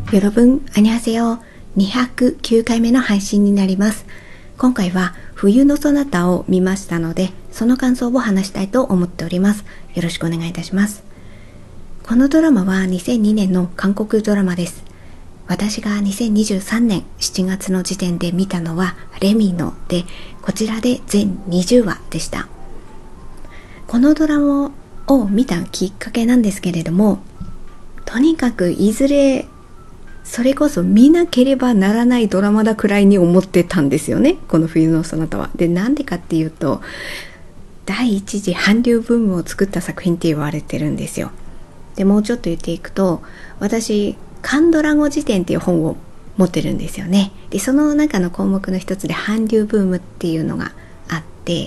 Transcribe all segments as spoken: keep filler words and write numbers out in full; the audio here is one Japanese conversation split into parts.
여러분 안녕하세요。にひゃくきゅうかいめの配信になります。今回は冬のそなたを見ましたので、その感想を話したいと思っております。よろしくお願いいたします。このドラマはにせんにねんの韓国ドラマです。私がにせんにじゅうさんねんしちがつの時点で見たのはレミノで、こちらで全にじゅうわでした。このドラマを見たきっかけなんですけれども、とにかくいずれそれこそ見なければならないドラマだくらいに思ってたんですよね、この冬のそなたは。で、なんでかっていうと、第一次韓流ブームを作った作品って言われてるんですよ。で、もうちょっと言っていくと、私韓ドラ語辞典っていう本を持ってるんですよね。で、その中の項目の一つで韓流ブームっていうのがあって、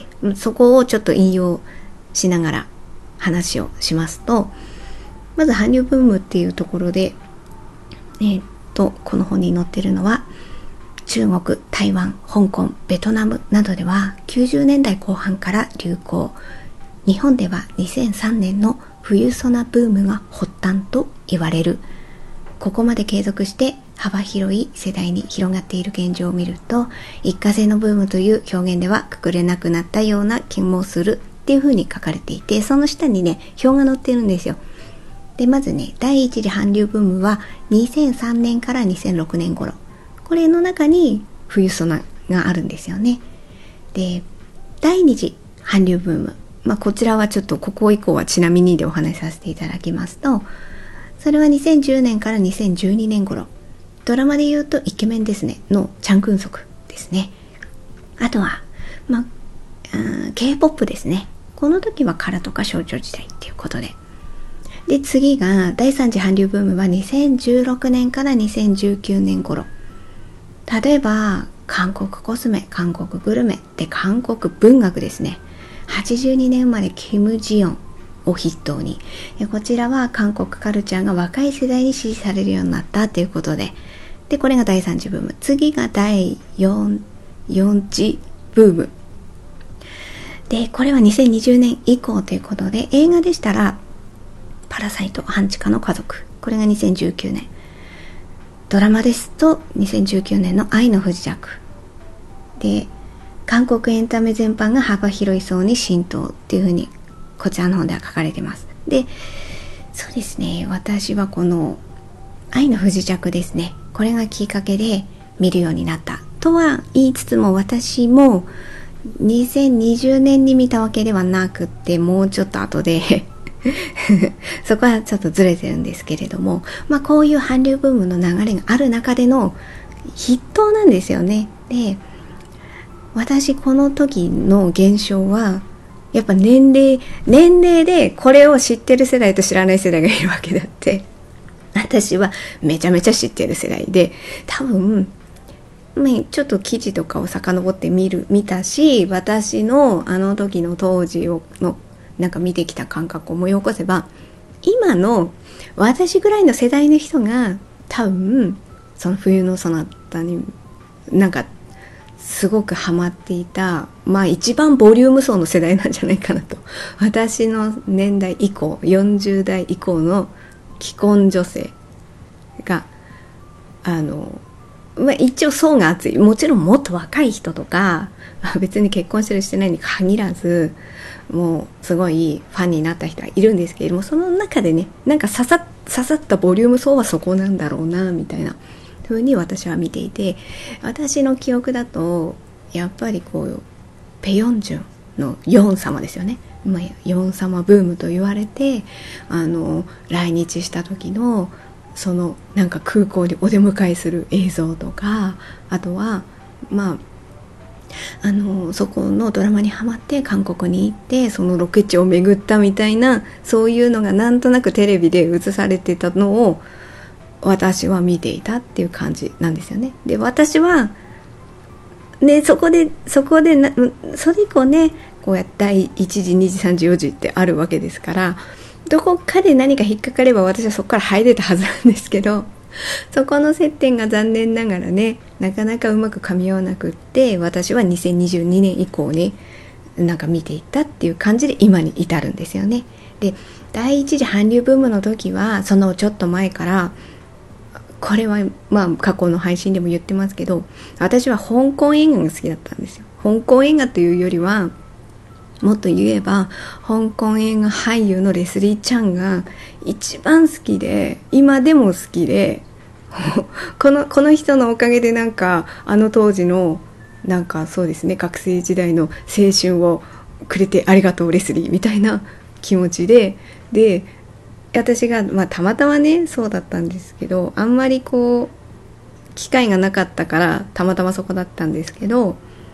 そこをちょっと引用しながら話をしますと、まず韓流ブームっていうところで、えー、っとこの本に載ってるのは、中国、台湾、香港、ベトナムなどではきゅうじゅうねんだいこう半から流行。日本ではにせんさんねんの冬ソナブームが発端と言われる。ここまで継続して幅広い世代に広がっている現状を見ると、一過性のブームという表現ではくくれなくなったような気もするっていう風に書かれていて、その下にね、表が載ってるんですよ。で、まずね、第一次韓流ブームはにせんさんねんからにせんろくねん頃。これの中に冬ソナがあるんですよね。で、第二次韓流ブーム。まあ、こちらはちょっとここ以降はちなみにでお話しさせていただきますと、それはにせんじゅうねんからにせんじゅうにねん頃。ドラマで言うとイケメンですねのチャン・クンソクですね。あとは、まあ、K-ポップ ですね。この時はカラとか少女時代っていうことで。で、次が第三次韓流ブームはにせんじゅうろくねんからにせんじゅうきゅうねん頃。例えば韓国コスメ、韓国グルメで、韓国文学ですね。はちじゅうにねん生まれキム・ジヨンを筆頭に、こちらは韓国カルチャーが若い世代に支持されるようになったということで、で、これが第三次ブーム。次が第四次ブームで、これはにせんにじゅうねん以降ということで、映画でしたらパラサイト半地下の家族、これがにせんじゅうきゅうねん。ドラマですとにせんじゅうきゅうねんの愛の不時着で、韓国エンタメ全般が幅広い層に浸透っていうふうにこちらの方では書かれています。で、そうですね、私はこの愛の不時着ですね、これがきっかけで見るようになったとは言いつつも、私もにせんにじゅうねんに見たわけではなくって、もうちょっと後でそこはちょっとずれてるんですけれども、まあ、こういう韓流ブームの流れがある中での筆頭なんですよね。で、私この時の現象はやっぱ年齢年齢でこれを知ってる世代と知らない世代がいるわけであって、私はめちゃめちゃ知ってる世代で、多分ちょっと記事とかを遡って見る見たし、私のあの時の当時をのなんか見てきた感覚を思い起こせば、今の私ぐらいの世代の人が多分その冬のそなたになんかすごくハマっていた、まあ一番ボリューム層の世代なんじゃないかなと。私の年代以降、よんじゅうだい以降の既婚女性があの、まあ、一応層が厚い。もちろんもっと若い人とか別に結婚してるしてないに限らず、もうすごいファンになった人はいるんですけれども、その中でね、なんか刺さ、刺さったボリューム層はそこなんだろうなみたいな風に私は見ていて、私の記憶だとやっぱりこうペヨンジュンのヨン様ですよね。まあ、ヨン様ブームと言われて、あの来日した時のそのなんか空港にお出迎えする映像とか、あとはまああのそこのドラマにハマって韓国に行ってそのロケ地を巡ったみたいな、そういうのがなんとなくテレビで映されてたのを私は見ていたっていう感じなんですよね。で、私はね、そこでそこでなそれ以降ね、こうやって第いちじにじさんじよじってあるわけですから、どこかで何か引っかかれば私はそこから入れたはずなんですけど、そこの接点が残念ながらね、なかなかうまく噛み合わなくって、私はにせんにじゅうにねん以降になんか見ていったっていう感じで今に至るんですよね。で、第一次韓流ブームの時はそのちょっと前からこれはまあ過去の配信でも言ってますけど、私は香港映画が好きだったんですよ。香港映画というよりはもっと言えば香港映画俳優のレスリー・チャンが一番好きで、今でも好きでこのこの人のおかげでなんかあの当時のなんかそうですね、学生時代の青春をくれてありがとうレスリーみたいな気持ちで、で私が、まあ、たまたまねそうだったんですけど、あんまりこう機会がなかったからたまたまそこだったんですけど、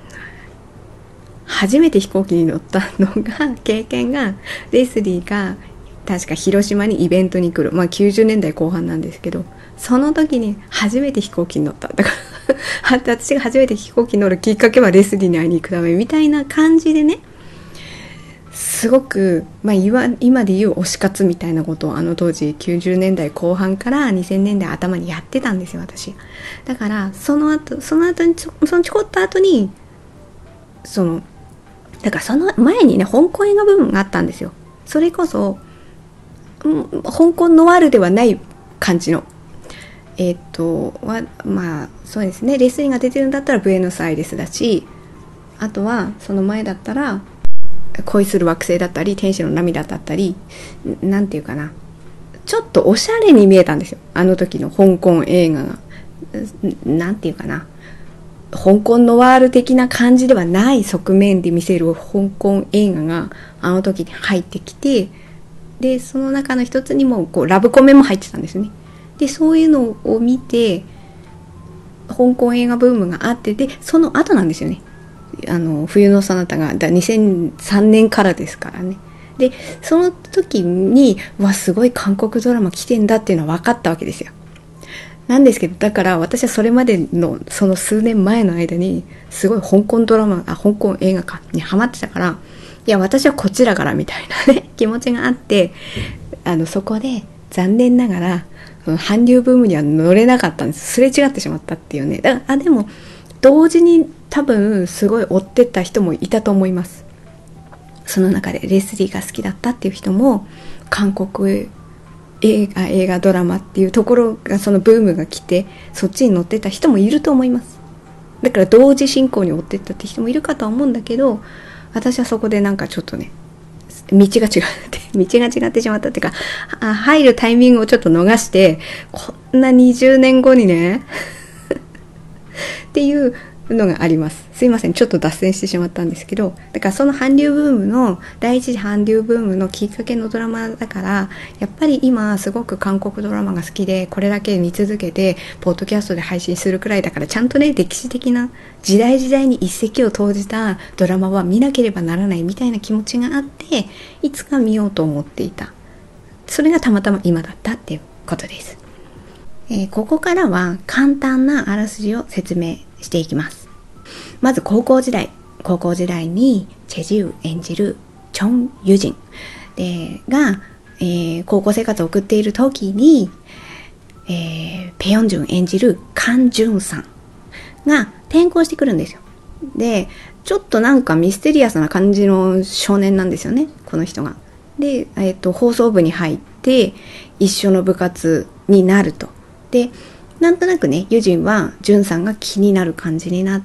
初めて飛行機に乗ったのが経験が、レスリーが確か広島にイベントに来る、まあきゅうじゅうねんだいこう半なんですけど、その時に初めて飛行機に乗った。だから私が初めて飛行機に乗るきっかけはレスリーに会いに行くためみたいな感じでね、すごく、まあ、今で言う推し活みたいなことをあの当時きゅうじゅうねんだいこう半からにせんねんだい頭にやってたんですよ、私。だからその後その後にそのちょこっと後にそのだからその前にね香港映画部分があったんですよ。それこそ、うん、香港ノワールではない感じのえっとはまあそうですね、レスリーが出てるんだったらブエノスアイレスだし、あとはその前だったら恋する惑星だったり天使の涙だったり、なんていうかな、ちょっとおしゃれに見えたんですよ、あの時の香港映画が。なんていうかな、香港ノワール的な感じではない側面で見せる香港映画があの時に入ってきて、でその中の一つにもこうラブコメも入ってたんですね。でそういうのを見て香港映画ブームがあって、でその後なんですよね、あの冬のそなたがだにせんさんねんからですからね。でその時にわすごい韓国ドラマ来てんだっていうのは分かったわけですよ。なんですけど、だから私はそれまでのその数年前の間にすごい香港ドラマ、あ香港映画かにハマってたから、いや私はこっちだからみたいなね気持ちがあって、あのそこで残念ながら韓流ブームには乗れなかったんです。すれ違ってしまったっていうね。だからあでも同時に多分すごい追ってった人もいたと思います。その中でレスリーが好きだったっていう人も、韓国映画映画ドラマっていうところがそのブームが来てそっちに乗ってた人もいると思います。だから同時進行に追ってったって人もいるかとは思うんだけど、私はそこでなんかちょっとね道が違って道が違ってしまったっていうか、入るタイミングをちょっと逃して、こんなにじゅうねんごにねっていうのがあります。すいません、ちょっと脱線してしまったんですけど、だからその韓流ブームの第一次韓流ブームのきっかけのドラマだから、やっぱり今すごく韓国ドラマが好きでこれだけ見続けてポッドキャストで配信するくらいだから、ちゃんとね歴史的な時代時代に一石を投じたドラマは見なければならないみたいな気持ちがあって、いつか見ようと思っていた。それがたまたま今だったっていうことです。えー、ここからは簡単なあらすじを説明していきます。まず高校時代高校時代にチェジウ演じるチョン・ユジンでが、えー、高校生活を送っている時に、えー、ペヨンジュン演じるカン・ジュンさんが転校してくるんですよ。でちょっとなんかミステリアスな感じの少年なんですよね、この人が。で、えーと、放送部に入って一緒の部活になると。でなんとなくねユジンはジュンさんが気になる感じになって、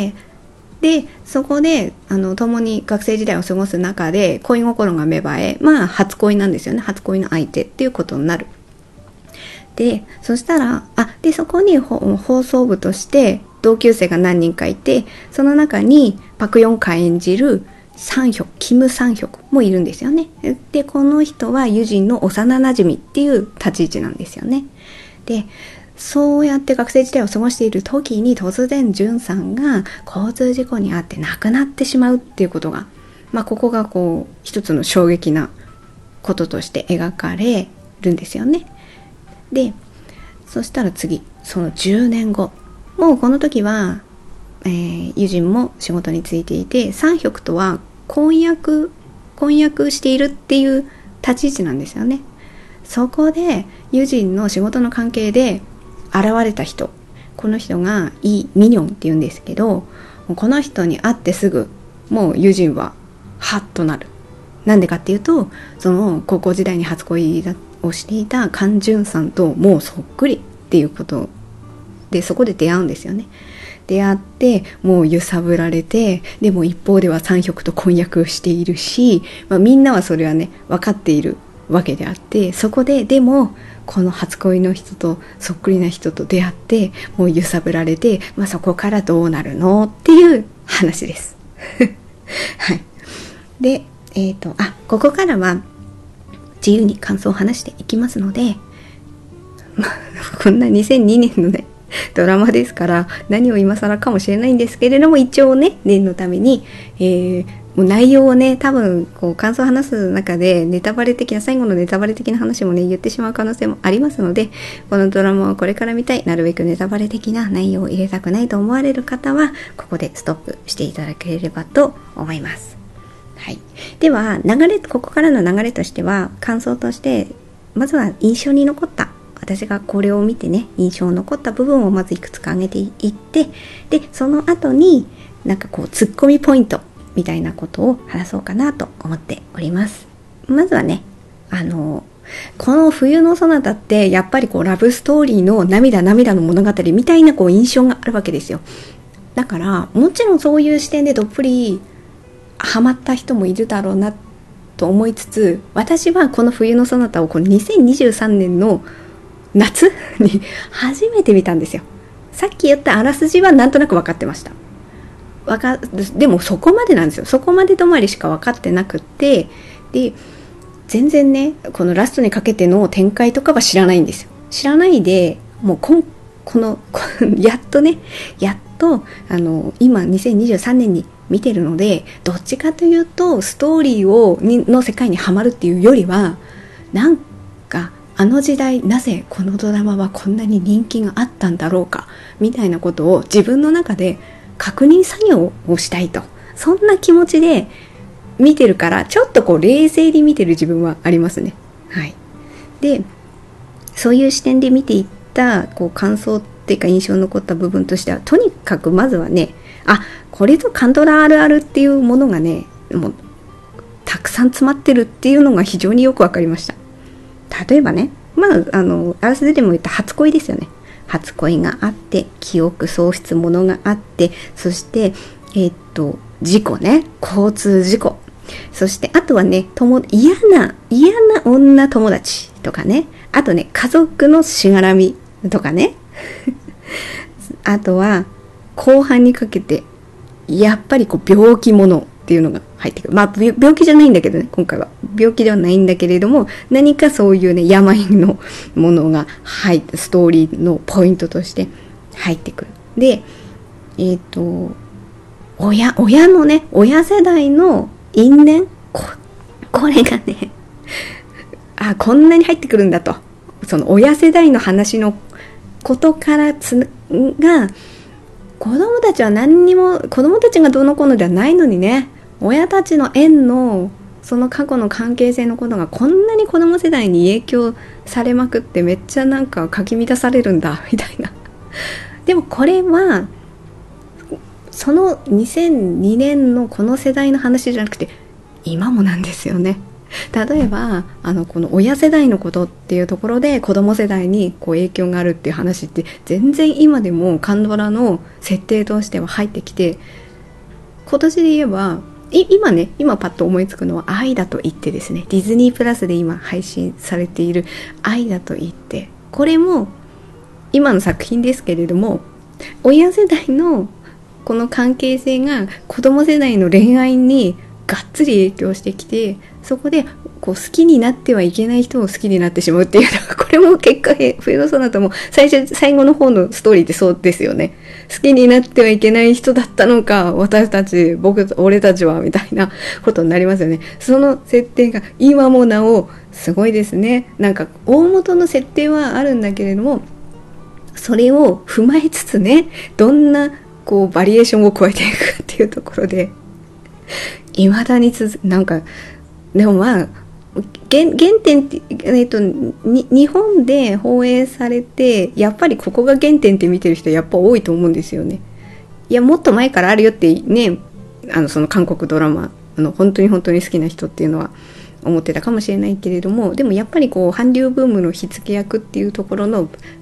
でそこであの共に学生時代を過ごす中で恋心が芽生え、まあ初恋なんですよね、初恋の相手っていうことになる。でそしたらあでそこに放送部として同級生が何人かいて、その中にパクヨンカ演じるサンヒョクキム・サンヒョクもいるんですよね。でこの人はユジンの幼なじみっていう立ち位置なんですよね。でそうやって学生時代を過ごしている時に突然ジュンさんが交通事故に遭って亡くなってしまうっていうことが、まあここがこう一つの衝撃なこととして描かれるんですよね。でそしたら次そのじゅうねんご、もうこの時は、えー、ユジンも仕事に就いていて、サンヒョクとは婚約婚約しているっていう立ち位置なんですよね。そこでユジンの仕事の関係で現れた人、この人がイ・ミニョンっていうんですけど、この人に会ってすぐもうユジンはハッとなる。なんでかっていうと、その高校時代に初恋をしていたカン・ジュンさんともうそっくりっていうことで、そこで出会うんですよね。出会ってもう揺さぶられて、でも一方では三百と婚約しているし、まあ、みんなはそれはね分かっているわけであって、そこででもこの初恋の人とそっくりな人と出会ってもう揺さぶられて、まあ、そこからどうなるのっていう話ですはい。で、えっとあここからは自由に感想を話していきますので、まあ、こんなにせんにねんのねドラマですから何を今更かもしれないんですけれども、一応ね念のために、えー、もう内容をね多分こう感想を話す中でネタバレ的な最後のネタバレ的な話もね言ってしまう可能性もありますので、このドラマをこれから見たい、なるべくネタバレ的な内容を入れたくないと思われる方はここでストップしていただければと思います。はい、では流れここからの流れとしては、感想としてまずは印象に残った、私がこれを見てね印象に残った部分をまずいくつか挙げていって、でその後になんかこうツッコミポイントみたいなことを話そうかなと思っております。まずはね、あのこの冬のソナタってやっぱりこうラブストーリーの涙涙の物語みたいなこう印象があるわけですよ。だからもちろんそういう視点でどっぷりハマった人もいるだろうなと思いつつ、私はこの冬のソナタをこのにせんにじゅうさんねんの夏に初めて見たんですよ。さっき言ったあらすじはなんとなく分かってました。わかでもそこまでなんですよ。そこまで止まりしか分かってなくって、で全然ねこのラストにかけての展開とかは知らないんですよ。知らないでもうこんこのやっとねやっとあの今にせんにじゅうさんねんに見てるので、どっちかというとストーリーをにの世界にはまるっていうよりは、なんかあの時代なぜこのドラマはこんなに人気があったんだろうかみたいなことを自分の中で確認作業をしたいと、そんな気持ちで見てるから、ちょっとこう冷静に見てる自分はありますね。はい。でそういう視点で見ていったこう感想っていうか印象に残った部分としては、とにかくまずはね、あこれぞカンドラあるあるっていうものがねもうたくさん詰まってるっていうのが非常によくわかりました。例えばね、まああのあらすじでも言った初恋ですよね。初恋があって、記憶喪失ものがあって、そしてえー、っと事故ね、交通事故、そしてあとはね友嫌な嫌な女友達とかね、あとね家族のしがらみとかねあとは後半にかけてやっぱりこう病気ものっていうのが入ってくる。まあ病気じゃないんだけどね、今回は病気ではないんだけれども、何かそういうね病のものが入ってストーリーのポイントとして入ってくる。でえっと親親のね親世代の因縁 こ, これがねあこんなに入ってくるんだと、その親世代の話のことからつが、子供たちは何にも子供たちがどうのこうのではないのにね、親たちの縁のその過去の関係性のことがこんなに子供世代に影響されまくって、めっちゃなんかかき乱されるんだみたいなでもこれはそのにせんにねんのこの世代の話じゃなくて今もなんですよね。例えばあのこの親世代のことっていうところで子供世代にこう影響があるっていう話って全然今でもカンドラの設定としては入ってきて、今年で言えば今ね今パッと思いつくのは愛だと言ってですね、ディズニープラスで今配信されている愛だと言って、これも今の作品ですけれども、親世代のこの関係性が子供世代の恋愛にがっつり影響してきて、そこでこう好きになってはいけない人を好きになってしまうっていうのが、これも結果冬のソナタも最初最後の方のストーリーってそうですよね。好きになってはいけない人だったのか、私たち僕俺たちはみたいなことになりますよね。その設定が今もなおすごいですね。なんか大元の設定はあるんだけれども、それを踏まえつつね、どんなこうバリエーションを加えていくっていうところで未だに続なんか、でもまあ原, 原点って、えっと、に日本で放映されてやっぱりここが原点って見てる人やっぱ多いと思うんですよね。いやもっと前からあるよってね、あのその韓国ドラマあの本当に本当に好きな人っていうのは思ってたかもしれないけれども、でもやっぱりこう韓流ブームの火付け役っていうところの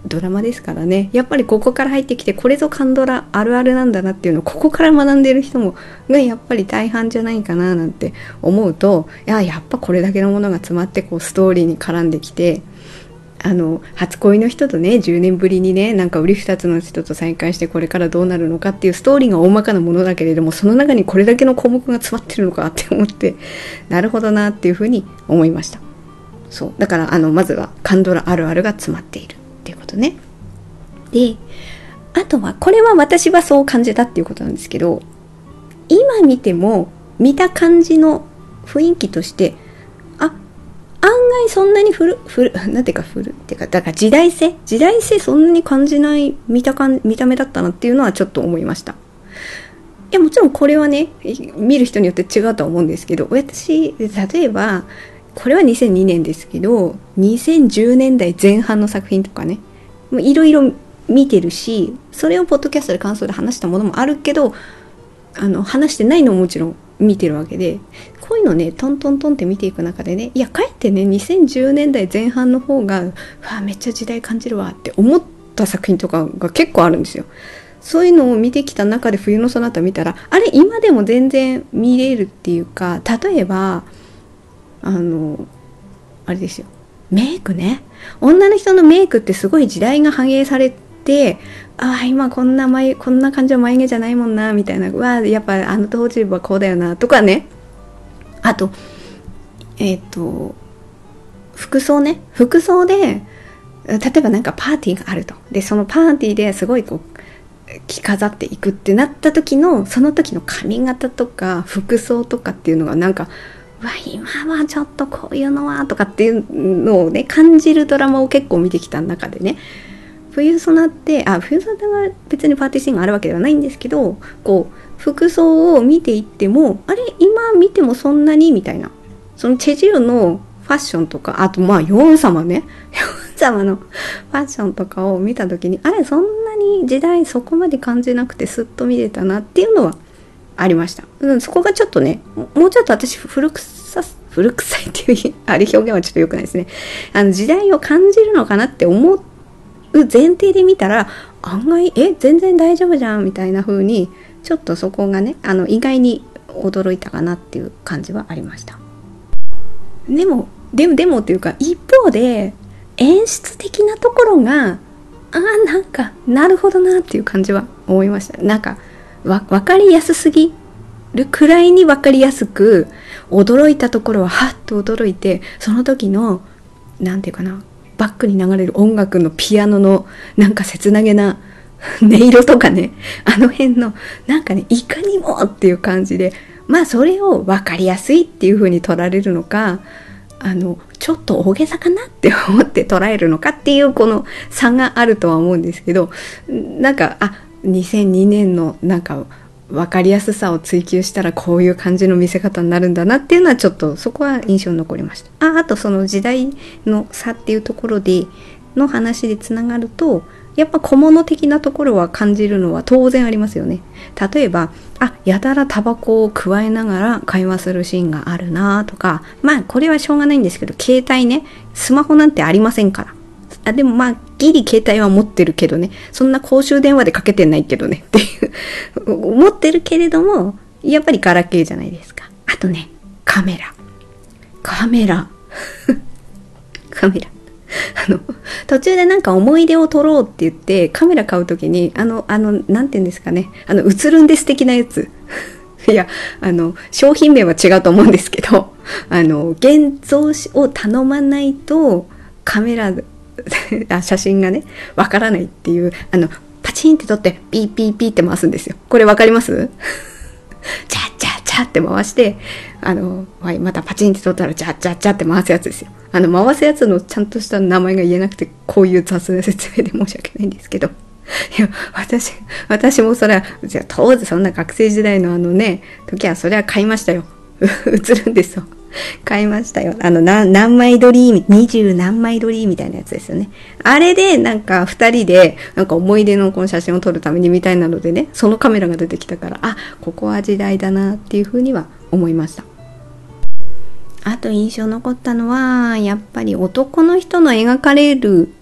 ドラマですからね。やっぱりここから入ってきて、これぞカンドラあるあるなんだなっていうのをここから学んでる人もがやっぱり大半じゃないかななんて思うと、いややっぱこれだけのものが詰まってこうストーリーに絡んできて、あの初恋の人とねじゅうねんぶりにねなんかうり二つの人と再会してこれからどうなるのかっていうストーリーが大まかなものだけれども、その中にこれだけの項目が詰まってるのかって思って、なるほどなっていうふうに思いました。そうだからあのまずはカンドラあるあるが詰まっているっていうことね。で、あとはこれは私はそう感じたっていうことなんですけど、今見ても見た感じの雰囲気として、あ、案外そんなに古古なんていうか古っていうかだから時代性時代性そんなに感じない見た感見た目だったなっていうのはちょっと思いました。いやもちろんこれはね見る人によって違うとは思うんですけど、私例えばこれはにせんにねんですけどにせんじゅうねんだいぜん半の作品とかねいろいろ見てるし、それをポッドキャストで感想で話したものもあるけど、あの話してないのももちろん見てるわけで、こういうのねトントントンって見ていく中でね、いやかえってねにせんじゅうねんだいぜん半の方がわあめっちゃ時代感じるわって思った作品とかが結構あるんですよ。そういうのを見てきた中で冬のソナタ見たら、あれ今でも全然見れるっていうか、例えばあのあれですよ、メイクね、女の人のメイクってすごい時代が反映されて、ああ今こんな眉こんな感じの眉毛じゃないもんなみたいな、わあやっぱあの当時はこうだよなとかね。あとえっ、ー、と服装ね、服装で例えばなんかパーティーがあると、でそのパーティーですごいこう着飾っていくってなった時のその時の髪型とか服装とかっていうのがなんか、うわ今はちょっとこういうのはとかっていうのをね感じるドラマを結構見てきた中でね、冬ソナってあ冬ソナは別にパーティーシーンがあるわけではないんですけど、こう服装を見ていってもあれ今見てもそんなにみたいな、そのチェジウのファッションとか、あとまあヨン様ねヨン様のファッションとかを見た時に、あれそんなに時代そこまで感じなくてスッと見れたなっていうのはありました。うん、そこがちょっとねもうちょっと私古臭古臭いっていうあれ表現はちょっと良くないですね。あの時代を感じるのかなって思う前提で見たら案外え全然大丈夫じゃんみたいな風に、ちょっとそこがねあの意外に驚いたかなっていう感じはありました。でもでもでもっていうか一方で演出的なところがあーなんかなるほどなっていう感じは思いました。なんかわ分かりやすすぎるくらいに分かりやすく、驚いたところははっと驚いて、その時のなんていうかなバックに流れる音楽のピアノのなんか切なげな音色とかね、あの辺のなんかねいかにもっていう感じで、まあそれを分かりやすいっていう風に取られるのか、あのちょっと大げさかなって思って捉えるのかっていうこの差があるとは思うんですけど、なんかあにせんにねんのなんか分かりやすさを追求したらこういう感じの見せ方になるんだなっていうのはちょっとそこは印象に残りました。ああとその時代の差っていうところでの話でつながると、やっぱ小物的なところは感じるのは当然ありますよね。例えばあやたらタバコを加えながら会話するシーンがあるなとか、まあこれはしょうがないんですけど、携帯ねスマホなんてありませんから、あでもまあギリ携帯は持ってるけどね、そんな公衆電話でかけてないけどねっていう持ってるけれどもやっぱりガラケーじゃないですか。あとねカメラカメラカメラあの途中でなんか思い出を撮ろうって言ってカメラ買うときにあのあのなんていうんですかね、あの映るんです的なやついやあの商品名は違うと思うんですけど、あの現像を頼まないとカメラあ写真がねわからないっていう、あのパチンって撮ってピーピーピーって回すんですよ。これわかります？チャッチャッチャッって回して、あのはいまたパチンって撮ったらチャッチャッチャッって回すやつですよ。あの回すやつのちゃんとした名前が言えなくてこういう雑な説明で申し訳ないんですけど、いや私私もそれはじゃあ当時そんな学生時代のあのね時はそれは買いましたよ映るんですよ。買いましたよ。あの何何枚撮り二十何枚撮りみたいなやつですよね。あれでなんか二人でなんか思い出のこの写真を撮るためにみたいなのでね、そのカメラが出てきたから、あここは時代だなっていうふうには思いました。あと印象残ったのはやっぱり男の人の描かれる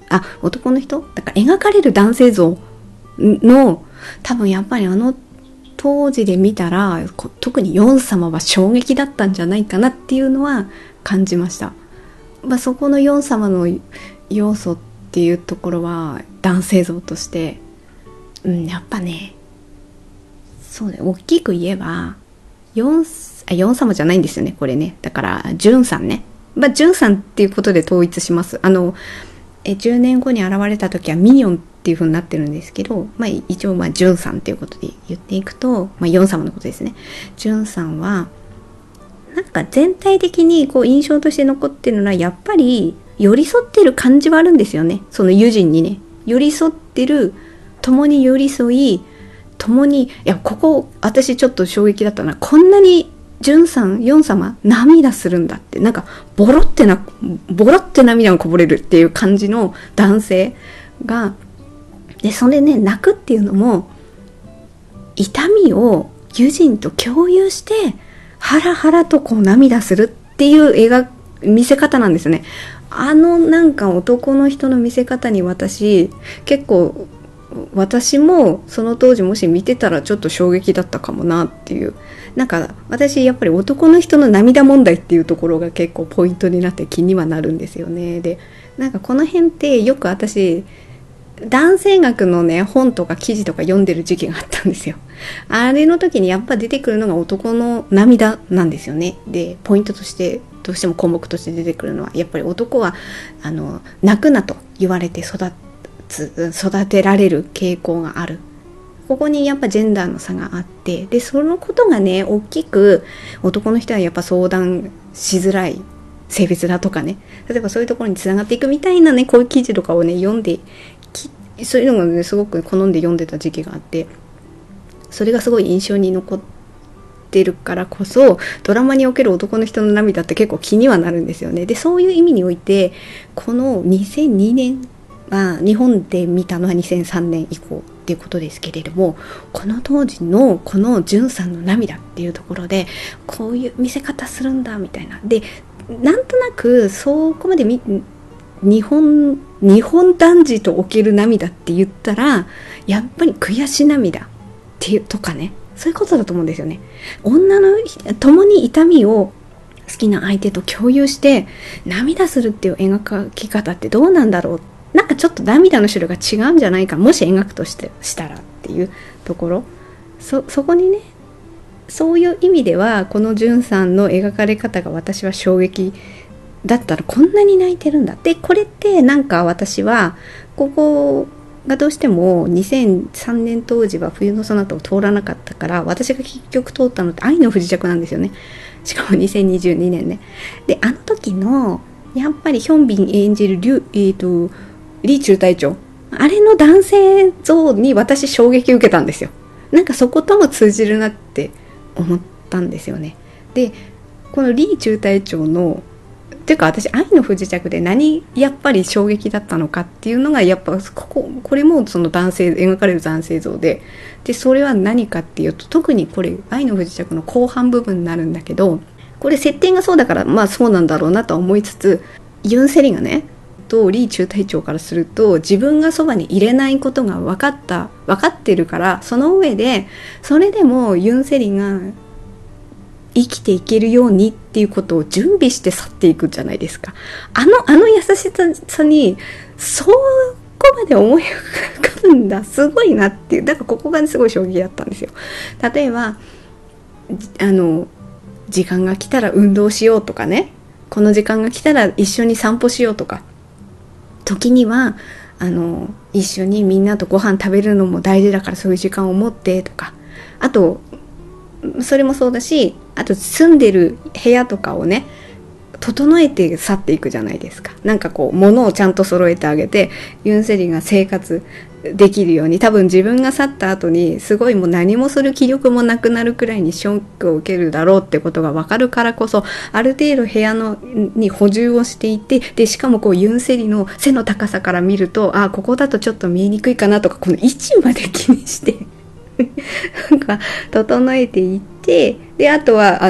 あ、男の人だから描かれる男性像の多分やっぱりあの当時で見たら特にヨン様は衝撃だったんじゃないかなっていうのは感じました。まあ、そこのヨン様の要素っていうところは男性像として、うん、やっぱね、そうね、大きく言えばヨン、あ、ヨン様じゃないんですよね、これね。だからジュンさんね、まあ、ジュンさんっていうことで統一します。あのえじゅうねんごに現れた時はミニオンっていう風になってるんですけど、まあ、一応まあジュンさんっていうことで言っていくと、まあ、ヨン様のことですね。ジュンさんはなんか全体的にこう印象として残ってるのはやっぱり寄り添ってる感じはあるんですよね。その友人にね寄り添ってる、共に寄り添い、共に、いやここ私ちょっと衝撃だったな、こんなにジュンさん、ヨン様涙するんだって、なんかボロってなボロって涙がこぼれるっていう感じの男性が、でそれね、泣くっていうのも痛みを友人と共有してハラハラとこう涙するっていう描見せ方なんですよね。あのなんか男の人の見せ方に私結構、私もその当時もし見てたらちょっと衝撃だったかもなっていう、なんか私やっぱり男の人の涙問題っていうところが結構ポイントになって気にはなるんですよね。でなんかこの辺ってよく私男性学のね本とか記事とか読んでる時期があったんですよ。あれの時にやっぱ出てくるのが男の涙なんですよね。でポイントとしてどうしても項目として出てくるのはやっぱり男はあの泣くなと言われて育つ育てられる傾向がある。ここにやっぱジェンダーの差があって、でそのことがね大きく男の人はやっぱ相談しづらい性別だとかね、例えばそういうところにつながっていくみたいなね、こういう記事とかをね読んでき、そういうのがねすごく好んで読んでた時期があって、それがすごい印象に残ってるからこそドラマにおける男の人の涙って結構気にはなるんですよね。でそういう意味においてこのにせんにねんは日本で見たのはにせんさんねん以降っていうことですけれども、この当時のこのジュンさんの涙っていうところでこういう見せ方するんだみたいな、でなんとなくそこまでみ日本日本男児とおける涙って言ったらやっぱり悔し涙っていうとかね、そういうことだと思うんですよね。女の共に痛みを好きな相手と共有して涙するっていう描き方ってどうなんだろう、なんかちょっと涙の種類が違うんじゃないか、もし描くとしてしたらっていうところ、そそこにね、そういう意味ではこのジュンさんの描かれ方が私は衝撃だったら、こんなに泣いてるんだで、これってなんか私はここがどうしてもにせんさんねん当時は冬のソナタを通らなかったから、私が結局通ったのって愛の不時着なんですよね。しかもにせんにじゅうにねんね。であの時のやっぱりヒョンビン演じるリュ、えーとリ中隊長、あれの男性像に私衝撃を受けたんですよ。なんかそことも通じるなって思ったんですよね。でこのリ中隊長のっていうか、私愛の不時着で何やっぱり衝撃だったのかっていうのがやっぱこここれもその男性描かれる男性像で、でそれは何かっていうと、特にこれ愛の不時着の後半部分になるんだけど、これ設定がそうだからまあそうなんだろうなとは思いつつ、ユンセリがねとリー中隊長からすると自分がそばに入れないことが分かった分かってるから、その上でそれでもユンセリが生きていけるようにっていうことを準備して去っていくじゃないですか。あのあの優しさにそこまで思い浮かぶんだ、すごいなっていう。だからここがすごい衝撃だったんですよ。例えばあの時間が来たら運動しようとかね、この時間が来たら一緒に散歩しようとか、時にはあの一緒にみんなとご飯食べるのも大事だからそういう時間を持ってとか、あとそれもそうだし、あと住んでる部屋とかをね整えて去っていくじゃないですか。なんかこう物をちゃんと揃えてあげてユンセリが生活できるように、多分自分が去った後にすごいもう何もする気力もなくなるくらいにショックを受けるだろうってことが分かるからこそ、ある程度部屋のに補充をしていて、でしかもこうユンセリの背の高さから見ると、あここだとちょっと見えにくいかなとか、この位置まで気にしてなんか整えていって、であとはあの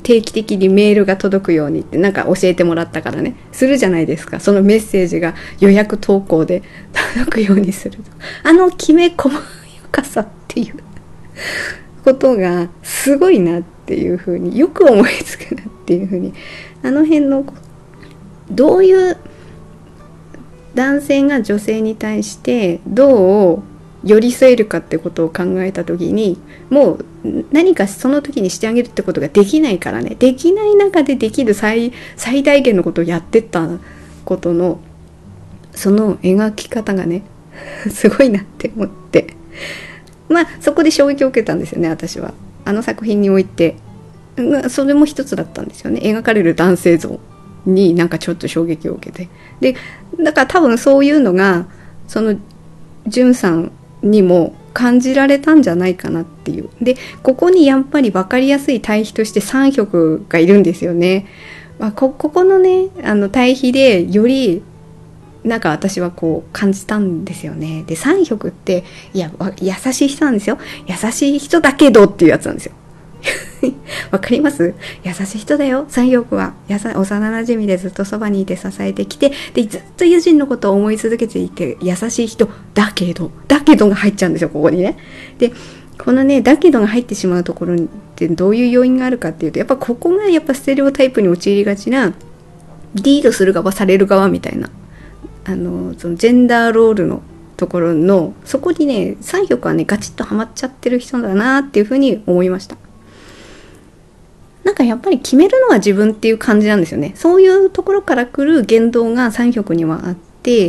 定期的にメールが届くようにってなんか教えてもらったからね、するじゃないですか。そのメッセージが予約投稿で届くようにすると、あのきめ細やかさっていうことがすごいなっていうふうに、よく思いつくなっていうふうに、あの辺のどういう男性が女性に対してどう寄り添えるかってことを考えた時に、もう何かその時にしてあげるってことができないからね、できない中でできる 最, 最大限のことをやってったことのその描き方がねすごいなって思って、まあそこで衝撃を受けたんですよね、私は。あの作品においてそれも一つだったんですよね。描かれる男性像になんかちょっと衝撃を受けて、でだから多分そういうのがそのジュンさんにも感じられたんじゃないかなっていう。でここにやっぱり分かりやすい対比として三色がいるんですよね。まあ、こ, ここのねあの対比でよりなんか私はこう感じたんですよね。で三色っていや優しい人なんですよ。優しい人だけどっていうやつなんですよ。わかります？優しい人だよ。三玉はやさ幼なじみでずっとそばにいて支えてきて、でずっとユジンのことを思い続けていて優しい人だけどだけどが入っちゃうんですよ、ここにね。でこのねだけどが入ってしまうところってどういう要因があるかっていうと、やっぱここがやっぱステレオタイプに陥りがちな、リードする側される側みたいな、あのそのジェンダーロールのところのそこにね三玉はねガチッとハマっちゃってる人だなっていうふうに思いました。なんかやっぱり決めるのは自分っていう感じなんですよね。そういうところから来る言動が三色にはあって、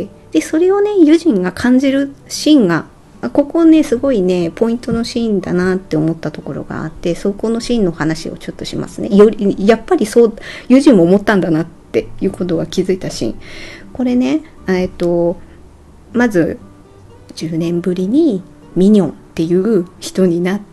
でそれをねユジンが感じるシーンがここねすごいねポイントのシーンだなって思ったところがあって、そこのシーンの話をちょっとしますね。よりやっぱりそうユジンも思ったんだなっていうことが気づいたシーン。これねえっとまずじゅうねんぶりにミニョンっていう人になって、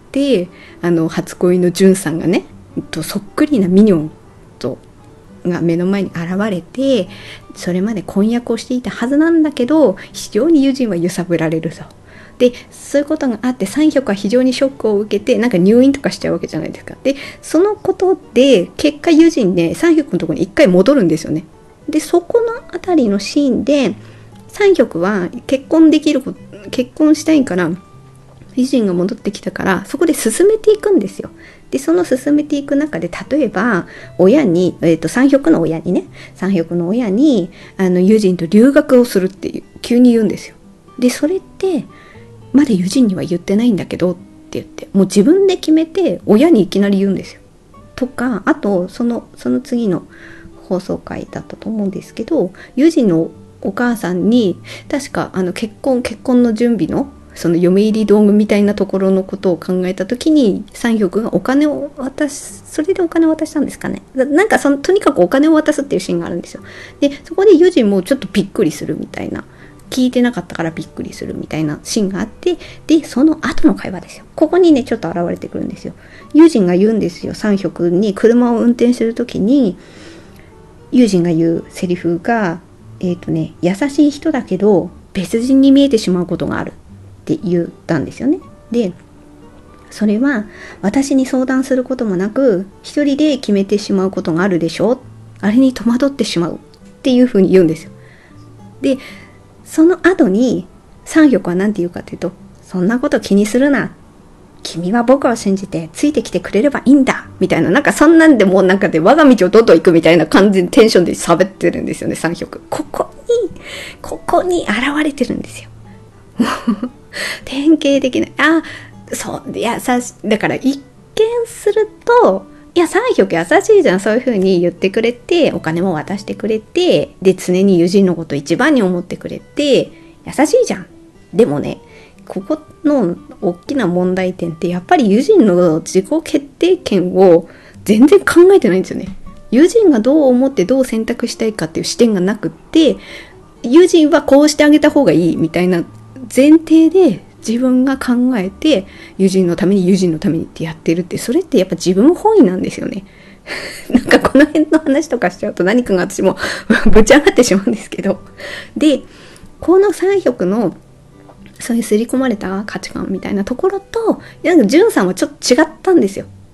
あの初恋のジュンさんがねとそっくりなミニョンとが目の前に現れて、それまで婚約をしていたはずなんだけど非常にユジンは揺さぶられると。でそういうことがあって三玉は非常にショックを受けてなんか入院とかしちゃうわけじゃないですか。でそのことで結果ユジンね三玉のところに一回戻るんですよね。でそこのあたりのシーンで三玉は結婚できる結婚したいからユジンが戻ってきたからそこで進めていくんですよ。でその進めていく中で例えば親に、えー、と三玉の親にね三玉の親にあのユジンと留学をするっていう急に言うんですよ。でそれってまだユジンには言ってないんだけどって言って、もう自分で決めて親にいきなり言うんですよ。とかあとそのその次の放送回だったと思うんですけど、ユジンのお母さんに確かあの結婚結婚の準備のその嫁入り道具みたいなところのことを考えたときに三玉がお金を渡す、それでお金を渡したんですかね。なんかそのとにかくお金を渡すっていうシーンがあるんですよ。でそこでユジンもちょっとびっくりするみたいな、聞いてなかったからびっくりするみたいなシーンがあって、でその後の会話ですよ。ここにねちょっと現れてくるんですよ。ユジンが言うんですよ、三玉に車を運転するときにユジンが言うセリフがえっとね優しい人だけど別人に見えてしまうことがあるって言ったんですよね。でそれは私に相談することもなく一人で決めてしまうことがあるでしょ、あれに戸惑ってしまうっていうふうに言うんですよ。でその後に三玉は何て言うかというと、そんなこと気にするな、君は僕を信じてついてきてくれればいいんだみたいな、なんかそんなんでもうなんかで我が道をどんどん行くみたいな感じのテンションで喋ってるんですよね、三玉。ここにここに現れてるんですよ。典型的な、あ、そういやさだから一見するといや三玉優しいじゃん、そういう風に言ってくれてお金も渡してくれて、で常に友人のこと一番に思ってくれて優しいじゃん。でもねここの大きな問題点ってやっぱり友人の自己決定権を全然考えてないんですよね。友人がどう思ってどう選択したいかっていう視点がなくって、友人はこうしてあげた方がいいみたいな前提で自分が考えて友人のために友人のためにってやってるって、それってやっぱ自分本位なんですよね。なんかこの辺の話とかしちゃうと何かが私もぶち上がってしまうんですけど、でこの三玉のそういう刷り込まれた価値観みたいなところとなんかジュンさんはちょっと違ったんですよ。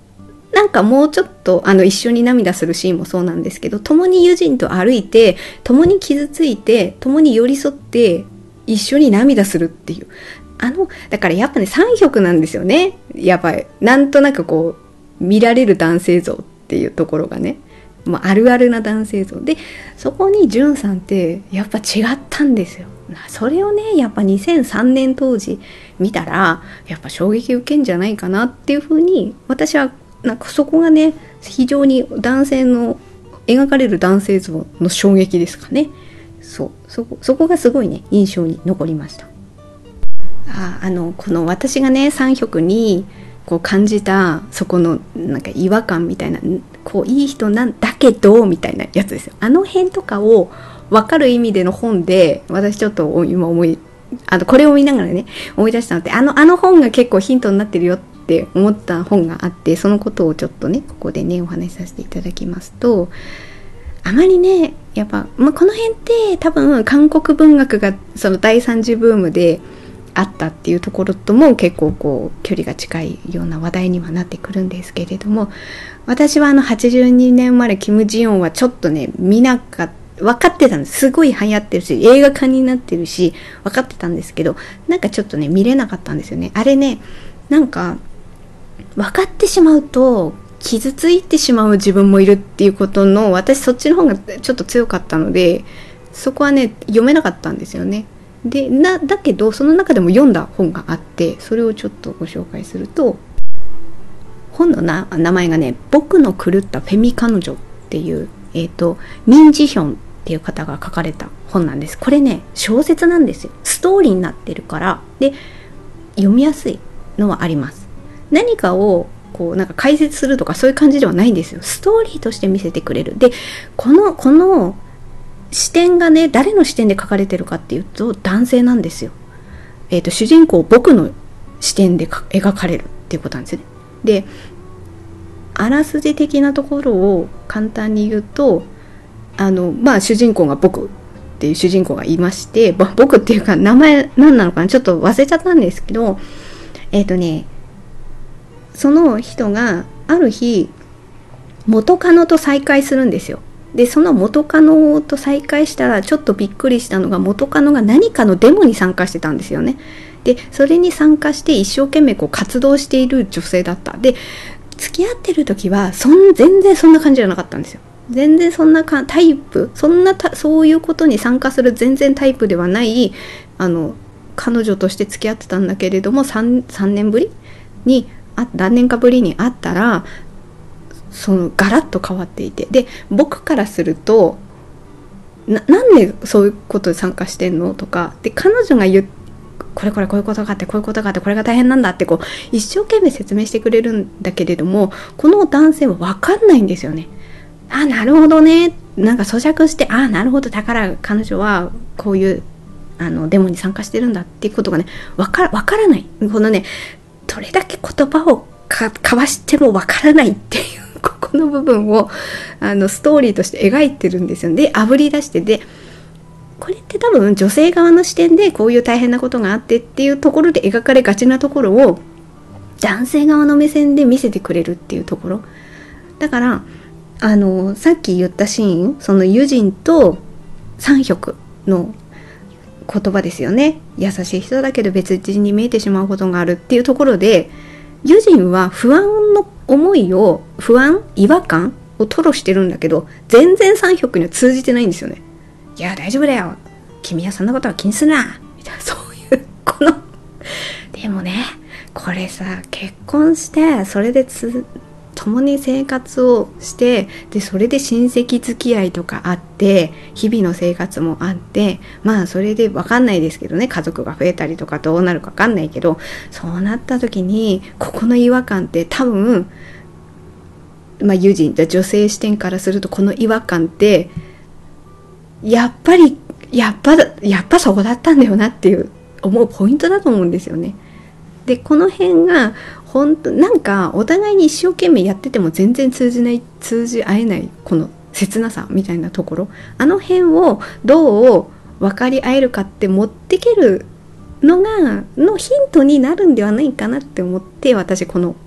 なんかもうちょっとあの一緒に涙するシーンもそうなんですけど、共に友人と歩いて、共に傷ついて、共に寄り添って一緒に涙するっていう、あのだからやっぱね三色なんですよね。やっぱりなんとなくこう見られる男性像っていうところがね、もうあるあるな男性像で、そこにジュンさんってやっぱ違ったんですよ。それをねやっぱにせんさんねん当時見たらやっぱ衝撃受けんじゃないかなっていうふうに、私はなんかそこがね非常に男性の描かれる男性像の衝撃ですかね。そうそこそこがすごいね印象に残りました。ああのこの私がね三色にこう感じたそこのなんか違和感みたいな、こういい人なんだけどみたいなやつですよ。あの辺とかを分かる意味での本で、私ちょっと今思いあのこれを見ながらね思い出したので、あのあの本が結構ヒントになってるよって思った本があって、そのことをちょっとねここでねお話しさせていただきますと、あまりねやっぱ、まあ、この辺って多分韓国文学がその第三次ブームであったっていうところとも結構こう距離が近いような話題にはなってくるんですけれども、私はあのはちじゅうにねん生まれキム・ジヨンはちょっとね見なかった、分かってたんです。すごい流行ってるし映画化になってるし分かってたんですけど、なんかちょっとね見れなかったんですよね。あれねなんか分かってしまうと傷ついてしまう自分もいるっていうことの、私そっちの方がちょっと強かったので、そこはね読めなかったんですよね。でなだけどその中でも読んだ本があって、それをちょっとご紹介すると、本のな名前がね僕の狂ったフェミ彼女っていう、えーとミン・ジヒョンっていう方が書かれた本なんです。これね小説なんですよ。ストーリーになってるからで読みやすいのはあります。何かをこうなんか解説するとかそういう感じではないんですよ。ストーリーとして見せてくれる。でこのこの視点がね誰の視点で書かれてるかっていうと男性なんですよ。えーと主人公僕の視点で描かれるっていうことなんですね。であらすじ的なところを簡単に言うと、あのまあ主人公が僕っていう主人公がいまして、僕っていうか名前何なのかなちょっと忘れちゃったんですけど、えっとねその人がある日元カノと再会するんですよ。でその元カノと再会したらちょっとびっくりしたのが、元カノが何かのデモに参加してたんですよね。でそれに参加して一生懸命こう活動している女性だった。で付き合ってる時はそん全然そんな感じじゃなかったんですよ。全然そんなかタイプそんなたそういうことに参加する全然タイプではないあの彼女として付き合ってたんだけれども、 3, 3年ぶりにあ何年かぶりに会ったらそのガラッと変わっていて、で僕からすると な, なんでそういうことに参加してんのとかで、彼女が言うこれこれこういうことがあってこういうことがあってこれが大変なんだってこう一生懸命説明してくれるんだけれども、この男性は分かんないんですよね。あ、なるほどね、なんか咀嚼して、あ、なるほど、だから彼女はこういうあのデモに参加してるんだっていうことがね分か、分からない。このねどれだけ言葉をか交わしても分からないっていうここの部分をあのストーリーとして描いてるんですよ。であぶり出して、でこれって多分女性側の視点でこういう大変なことがあってっていうところで描かれがちなところを男性側の目線で見せてくれるっていうところだから、あのさっき言ったシーン、そのユジンと三色の言葉ですよね。優しい人だけど別人に見えてしまうことがあるっていうところで、ユジンは不安の思いを不安違和感を吐露してるんだけど、全然三色には通じてないんですよね。いや大丈夫だよ、君はそんなことは気にするなみたいな、そういうこのでもねこれさ結婚してそれでつ共に生活をして、でそれで親戚付き合いとかあって日々の生活もあって、まあそれで分かんないですけどね、家族が増えたりとかどうなるか分かんないけど、そうなった時にここの違和感って多分まあ友人女性視点からするとこの違和感ってやっぱりやっぱやっぱそこだったんだよなっていう思うポイントだと思うんですよね。でこの辺が本当なんかお互いに一生懸命やってても全然通じない通じ合えないこの切なさみたいなところ、あの辺をどう分かり合えるかって持ってけるのがのヒントになるんではないかなって思って、私この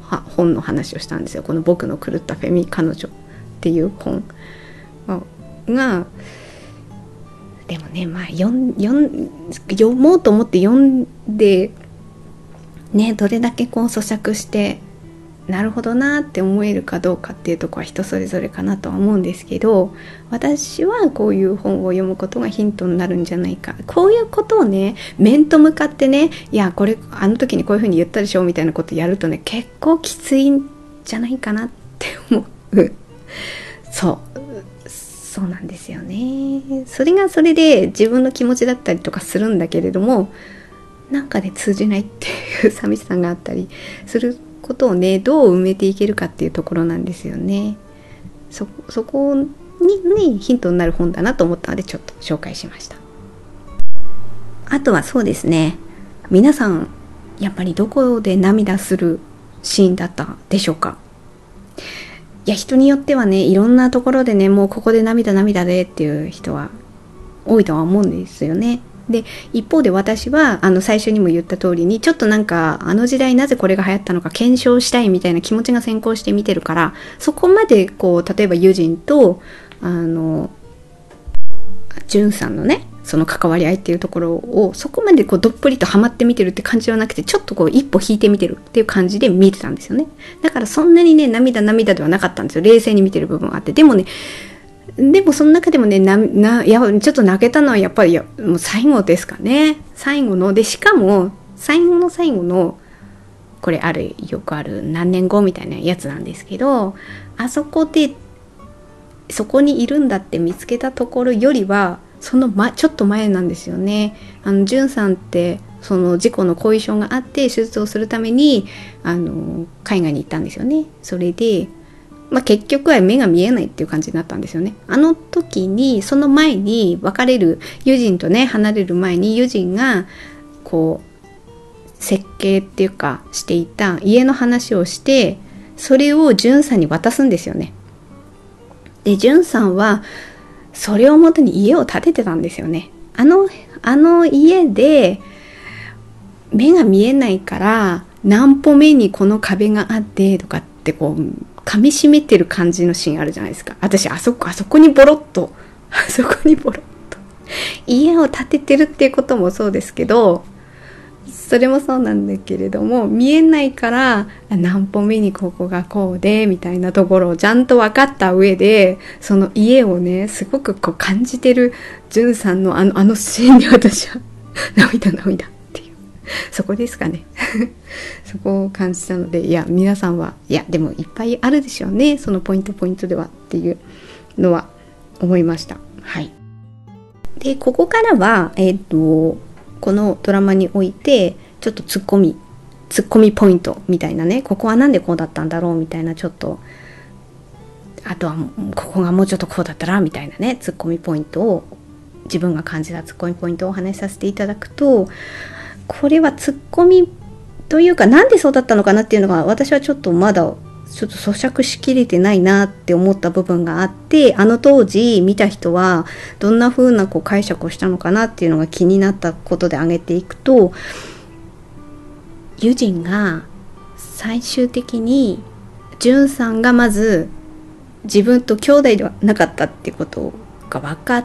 本の話をしたんですよ。この僕の狂ったフェミ彼女っていう本が、でもね、まあ読ん読ん読もうと思って読んでね、どれだけこう咀嚼してなるほどなって思えるかどうかっていうところは人それぞれかなとは思うんですけど、私はこういう本を読むことがヒントになるんじゃないか、こういうことをね面と向かってね、いやこれあの時にこういうふうに言ったでしょみたいなことやるとね結構きついんじゃないかなって思うそうそうなんですよね。それがそれで自分の気持ちだったりとかするんだけれども、なんかで通じないっていう寂しさがあったりすることをね、どう埋めていけるかっていうところなんですよね。そ, そこにねヒントになる本だなと思ったのでちょっと紹介しました。あとはそうですね、皆さんやっぱりどこで涙するシーンだったでしょうか。いや人によってはね、いろんなところでね、もうここで涙涙でっていう人は多いとは思うんですよね。で一方で私はあの最初にも言った通りに、ちょっとなんかあの時代なぜこれが流行ったのか検証したいみたいな気持ちが先行して見てるから、そこまでこう例えばユジンとあのジュンさんのねその関わり合いっていうところをそこまでこうどっぷりとハマって見てるって感じはなくて、ちょっとこう一歩引いて見てるっていう感じで見てたんですよね。だからそんなにね涙涙ではなかったんですよ。冷静に見てる部分があって、でもねでもその中でもねなないやちょっと泣けたのはやっぱりやもう最後ですかね。最後ので、しかも最後の最後のこれあるよくある何年後みたいなやつなんですけど、あそこでそこにいるんだって見つけたところよりはその、ま、ちょっと前なんですよね。あのジュンさんってその事故の後遺症があって手術をするためにあの海外に行ったんですよね。それでまあ、結局は目が見えないっていう感じになったんですよね。あの時にその前に別れるユジンとね離れる前にユジンがこう設計っていうかしていた家の話をして、それをジュンさんに渡すんですよね。でジュンさんはそれをもとに家を建ててたんですよね。あのあの家で目が見えないから何歩目にこの壁があってとかってこう噛み締めてる感じのシーンあるじゃないですか。私あそこあそこにボロッとあそこにボロッと家を建ててるっていうこともそうですけど、それもそうなんだけれども見えないから何歩目にここがこうでみたいなところをちゃんと分かった上で、その家をねすごくこう感じてるジュンさんのあのあのシーンに私は涙涙っていうそこですかねそこを感じたので、いや皆さんはいやでもいっぱいあるでしょうね、そのポイントポイントではっていうのは思いました。はい。でここからはえっとこのドラマにおいてちょっとツッコミツッコミポイントみたいなね、ここはなんでこうだったんだろうみたいな、ちょっとあとはここがもうちょっとこうだったらみたいなねツッコミポイントを自分が感じたツッコミポイントをお話しさせていただくと、これはツッコミというかなんでそうだったのかなっていうのが私はちょっとまだちょっと咀嚼しきれてないなって思った部分があって、あの当時見た人はどんな風なこう解釈をしたのかなっていうのが気になったことで挙げていくと、ユジンが最終的にジュンさんがまず自分と兄弟ではなかったっていうことが分かって、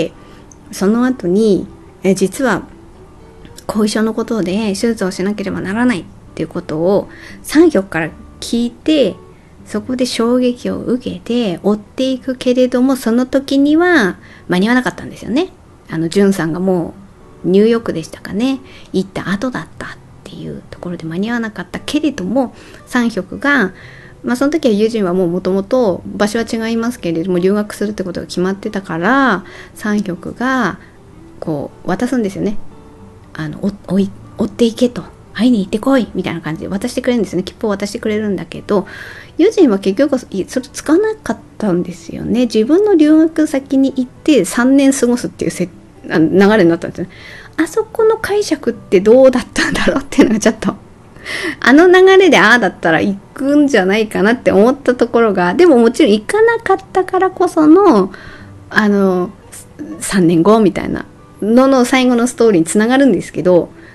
その後にえ実は後遺症のことで手術をしなければならないっていうことを三局から聞いて、そこで衝撃を受けて追っていくけれども、その時には間に合わなかったんですよね。あのジュンさんがもうニューヨークでしたかね行った後だったっていうところで間に合わなかったけれども、三局がまあその時はユジンはもうもともと場所は違いますけれども留学するってことが決まってたから、三局がこう渡すんですよね。あのお追い追っていけと、会いに行ってこいみたいな感じで渡してくれるんですね。切符を渡してくれるんだけど、ユジンは結局それ使わなかったんですよね。自分の留学先に行ってさんねん過ごすっていうせあ流れになったんですよね。あそこの解釈ってどうだったんだろうっていうのがちょっとあの流れでああだったら行くんじゃないかなって思ったところが、でももちろん行かなかったからこそのあのさんねんごみたいなのの最後のストーリーにつながるんですけど、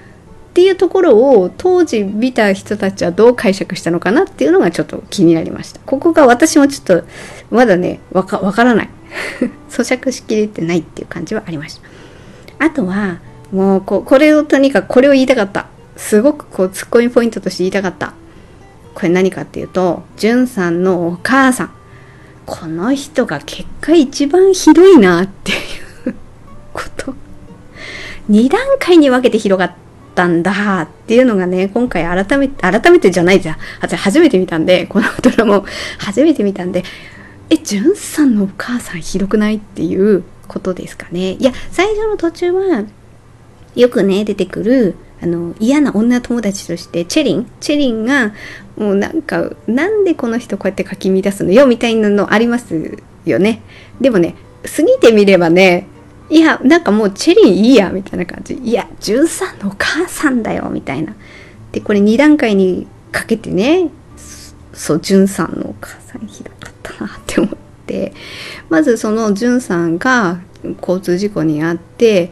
っていうところを当時見た人たちはどう解釈したのかなっていうのがちょっと気になりました。ここが私もちょっとまだねわか、わからない咀嚼しきれてないっていう感じはありました。あとはもう こ, これをとにかくこれを言いたかった。すごくこうツッコミポイントとして言いたかった。これ何かっていうと、じゅんさんのお母さん、この人が結果一番ひどいなっていうことに段階に分けて広がったんだっていうのがね、今回改めて改めてじゃないじゃん、初めて見たんで、このドラマを初めて見たんで、え、じゅんさんのお母さんひどくないっていうことですかね。いや、最初の途中はよくね出てくるあの嫌な女友達としてチェリンチェリンがもうなんかなんでこの人こうやってかき乱すのよみたいなのありますよね。でもね、過ぎてみればね、いやなんかもうチェリンいいやみたいな感じ、いやじゅんさんのお母さんだよみたいな。でこれに段階にかけてね、そうじゅんさんのお母さんひどかったなって思って、まずそのじゅんさんが交通事故に遭って、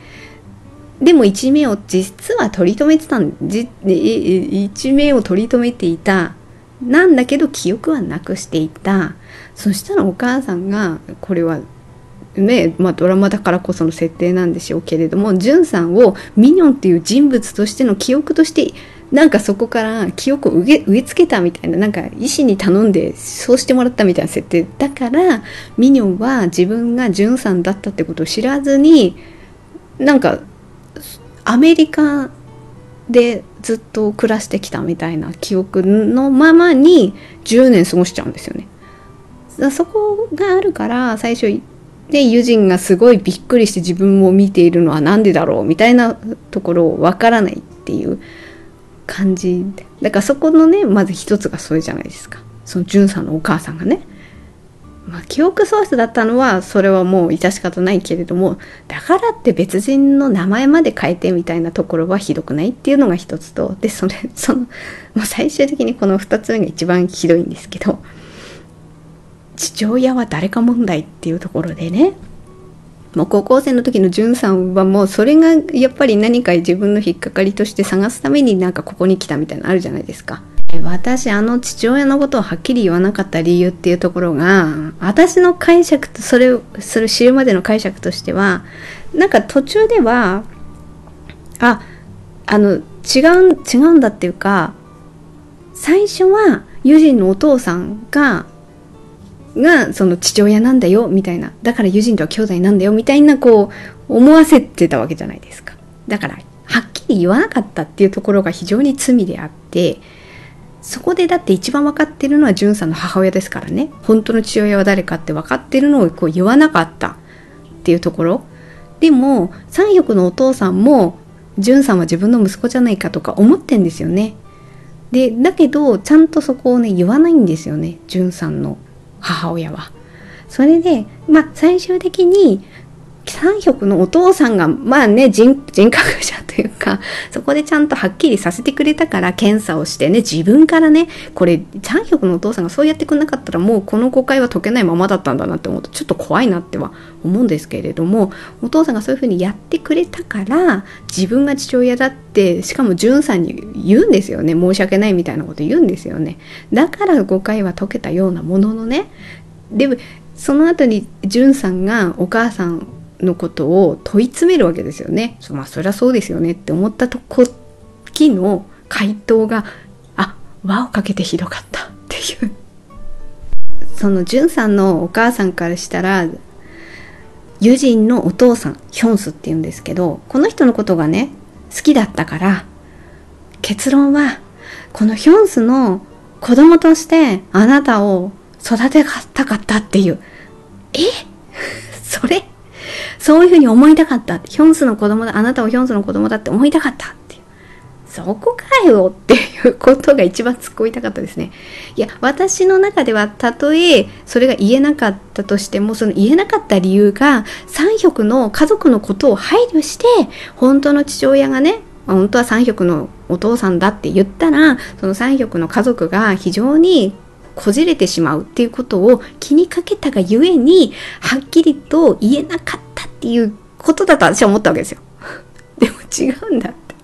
でも一命を実は取り留めてたんじ一命を取り留めていたなんだけど記憶はなくしていた。そしたらお母さんが、これはね、まあドラマだからこその設定なんでしょうけれども、ジュンさんをミニョンっていう人物としての記憶としてなんかそこから記憶を植え、植え付けたみたいな、なんか医師に頼んでそうしてもらったみたいな設定だから、ミニョンは自分がジュンさんだったってことを知らずに、なんかアメリカでずっと暮らしてきたみたいな記憶のままにじゅうねん過ごしちゃうんですよね。そこがあるから最初でユジンがすごいびっくりして自分を見ているのはなんでだろうみたいなところをわからないっていう感じだから、そこのねまず一つがそれじゃないですか。そのジュンさんのお母さんがね、まあ、記憶喪失だったのはそれはもう致し方ないけれども、だからって別人の名前まで変えてみたいなところはひどくないっていうのが一つと、でそれそのもう最終的にこの二つ目が一番ひどいんですけど、父親は誰か問題っていうところでね、もう高校生の時のジュンさんはもうそれがやっぱり何か自分の引っかかりとして探すためになんかここに来たみたいなのあるじゃないですか。私あの父親のことをはっきり言わなかった理由っていうところが、私の解釈とそれをそれを知るまでの解釈としては、なんか途中ではああの違う違うんだっていうか、最初はユジンのお父さんががその父親なんだよみたいな、だからユジンとは兄弟なんだよみたいなこう思わせてたわけじゃないですか。だからはっきり言わなかったっていうところが非常に罪であって、そこでだって一番分かってるのはジュンさんの母親ですからね。本当の父親は誰かって分かってるのをこう言わなかったっていうところでも、三翼のお父さんもジュンさんは自分の息子じゃないかとか思ってんですよね。でだけどちゃんとそこをね言わないんですよね、ジュンさんの母親は。それでまあ最終的に三翼のお父さんがまあね 人, 人格者というか、そこでちゃんとはっきりさせてくれたから検査をしてね、自分からね、これ三翼のお父さんがそうやってくれなかったらもうこの誤解は解けないままだったんだなって思うとちょっと怖いなっては思うんですけれども、お父さんがそういう風にやってくれたから自分が父親だって、しかもジュンさんに言うんですよね、申し訳ないみたいなこと言うんですよね。だから誤解は解けたようなもののね、でもその後にジュンさんがお母さんのことを問い詰めるわけですよね。まあそりゃそうですよねって思った時の回答が、あ、輪をかけてひどかったっていう。そのジュンさんのお母さんからしたら、ユジンのお父さんヒョンスっていうんですけど、この人のことがね好きだったから、結論はこのヒョンスの子供としてあなたを育てたかったっていう。えそれそういうふうに思いたかったって、ヒョンスの子供だ、あなたをヒョンスの子供だって思いたかったっていう、そこかよっていうことが一番突っ込みたかったですね。いや私の中ではたとえそれが言えなかったとしても、その言えなかった理由が三翼の家族のことを配慮して、本当の父親がね本当は三翼のお父さんだって言ったら、その三翼の家族が非常にこじれてしまうっていうことを気にかけたがゆえに、はっきりと言えなかったっていうことだと私は思ったわけですよ。でも違うんだって。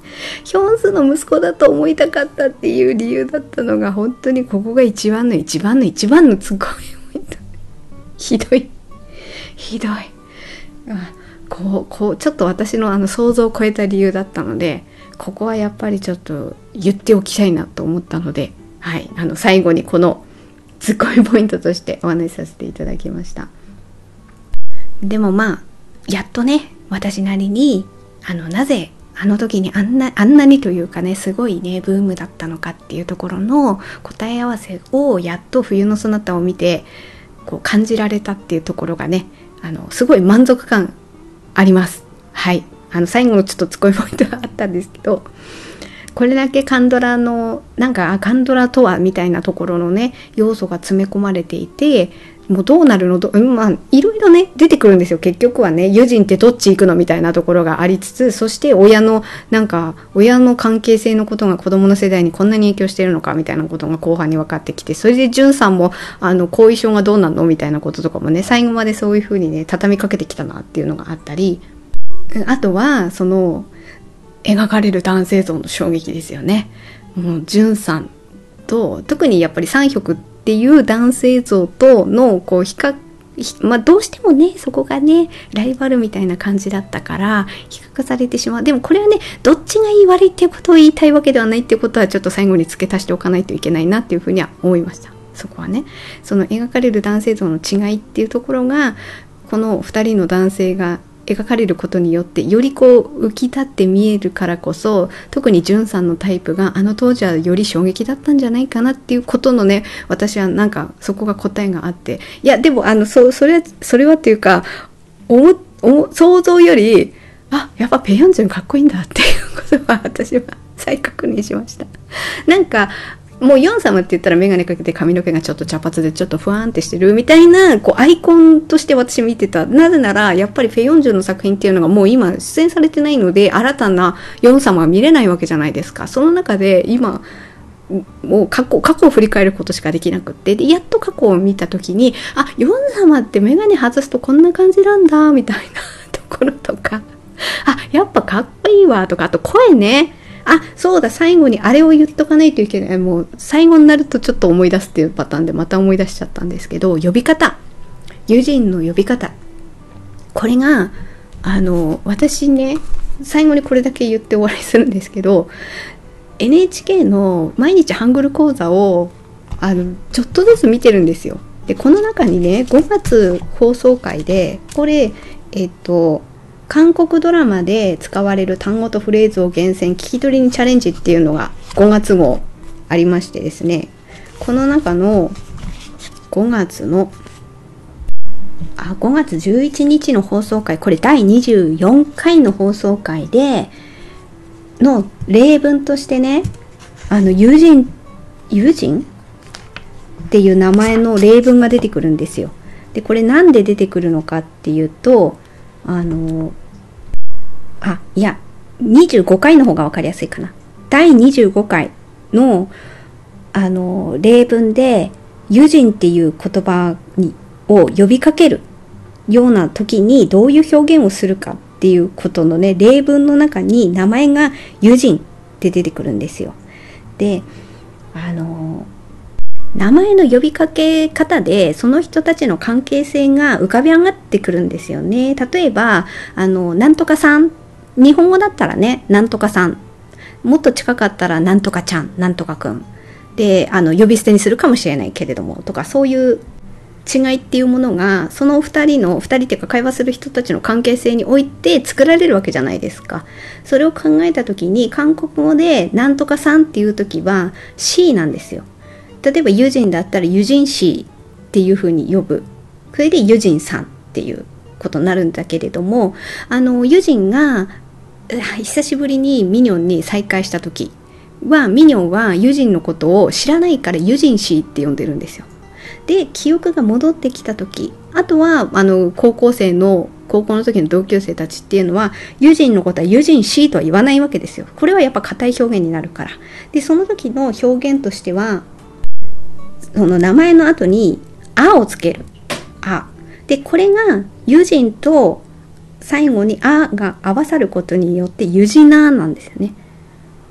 ヒョンスの息子だと思いたかったっていう理由だったのが、本当にここが一番の一番の一番のツッコミポイント。ひどいひどい。あ、こうこうちょっと私のあの想像を超えた理由だったので、ここはやっぱりちょっと言っておきたいなと思ったので、はい、あの最後にこのツッコミポイントとしてお話しさせていただきました。でもまあやっとね、私なりにあのなぜあの時にあんなあんなにというかね、すごいねブームだったのかっていうところの答え合わせをやっと冬のそなたを見てこう感じられたっていうところがね、あのすごい満足感あります。はい、あの最後のちょっとツッコミポイントがあったんですけど、これだけカンドラのなんかあカンドラとはみたいなところのね要素が詰め込まれていて、もうどうなるのど、うん、まあいろいろね出てくるんですよ。結局はね、ユジンってどっち行くのみたいなところがありつつ、そして親のなんか親の関係性のことが子供の世代にこんなに影響しているのかみたいなことが後半に分かってきて、それでジュンさんもあの後遺症がどうなのみたいなこととかもね、最後までそういう風にね畳みかけてきたなっていうのがあったり、あとはその描かれる男性像の衝撃ですよね。もうジュンさんと特にやっぱり三色っていう男性像とのこう比較、まあどうしてもねそこがねライバルみたいな感じだったから比較されてしまう。でもこれはねどっちがいい悪いっていうことを言いたいわけではないっていうことはちょっと最後に付け足しておかないといけないなっていうふうには思いました。そこはね、その描かれる男性像の違いっていうところがこのふたりの男性が描かれることによってよりこう浮き立って見えるからこそ、特にジュンさんのタイプがあの当時はより衝撃だったんじゃないかなっていうことのね、私はなんかそこが答えがあって、いやでもあの そ, それそれはっていうかおもお想像よりあやっぱペヨンジュンかっこいいんだっていうことは私は再確認しました。なんかもうヨン様って言ったら眼鏡かけて髪の毛がちょっと茶髪でちょっとふわんってしてるみたいなこうアイコンとして私見てた。なぜならやっぱりフェヨンジュンの作品っていうのがもう今出演されてないので新たなヨン様が見れないわけじゃないですか。その中で今もう過去過去を振り返ることしかできなくって、でやっと過去を見た時にあヨン様って眼鏡外すとこんな感じなんだみたいなところとか、あやっぱかっこいいわとか、あと声ね、あそうだ最後にあれを言っとかないといけない、もう最後になるとちょっと思い出すっていうパターンでまた思い出しちゃったんですけど、呼び方、ユジンの呼び方、これがあの私ね最後にこれだけ言って終わりするんですけど、 エヌエイチケー の毎日ハングル講座をあのちょっとずつ見てるんですよ。でこの中にねごがつ放送回でこれえっと韓国ドラマで使われる単語とフレーズを厳選聞き取りにチャレンジっていうのがごがつ号ありましてですね、この中のごがつのあごがつじゅういちにちの放送回、これだいにじゅうよんかいの放送回での例文としてね、あの友人友人っていう名前の例文が出てくるんですよ。でこれなんで出てくるのかっていうと、あのあいやにじゅうごかいの方が分かりやすいかな。だいにじゅうごかいのあの例文で友人っていう言葉にを呼びかけるような時にどういう表現をするかっていうことのね例文の中に名前が友人って出てくるんですよ。であの名前の呼びかけ方でその人たちの関係性が浮かび上がってくるんですよね。例えばあのなんとかさん、日本語だったらねなんとかさん、もっと近かったらなんとかちゃん、なんとかくんであの呼び捨てにするかもしれないけれどもとか、そういう違いっていうものがそのふたりのふたりっていうか会話する人たちの関係性において作られるわけじゃないですか。それを考えた時に韓国語でなんとかさんっていう時は C なんですよ。例えばユジンだったらユジンシーっていう風に呼ぶ、それでユジンさんっていうことになるんだけれども、あのユジンが久しぶりにミニョンに再会した時はミニョンはユジンのことを知らないからユジンシーって呼んでるんですよ。で記憶が戻ってきた時、あとはあの高校生の高校の時の同級生たちっていうのはユジンのことはユジンシーとは言わないわけですよ。これはやっぱ硬い表現になるから。でその時の表現としてはその名前の後にあをつける。あでこれがユジンと最後にあが合わさることによってユジナーなんですよね。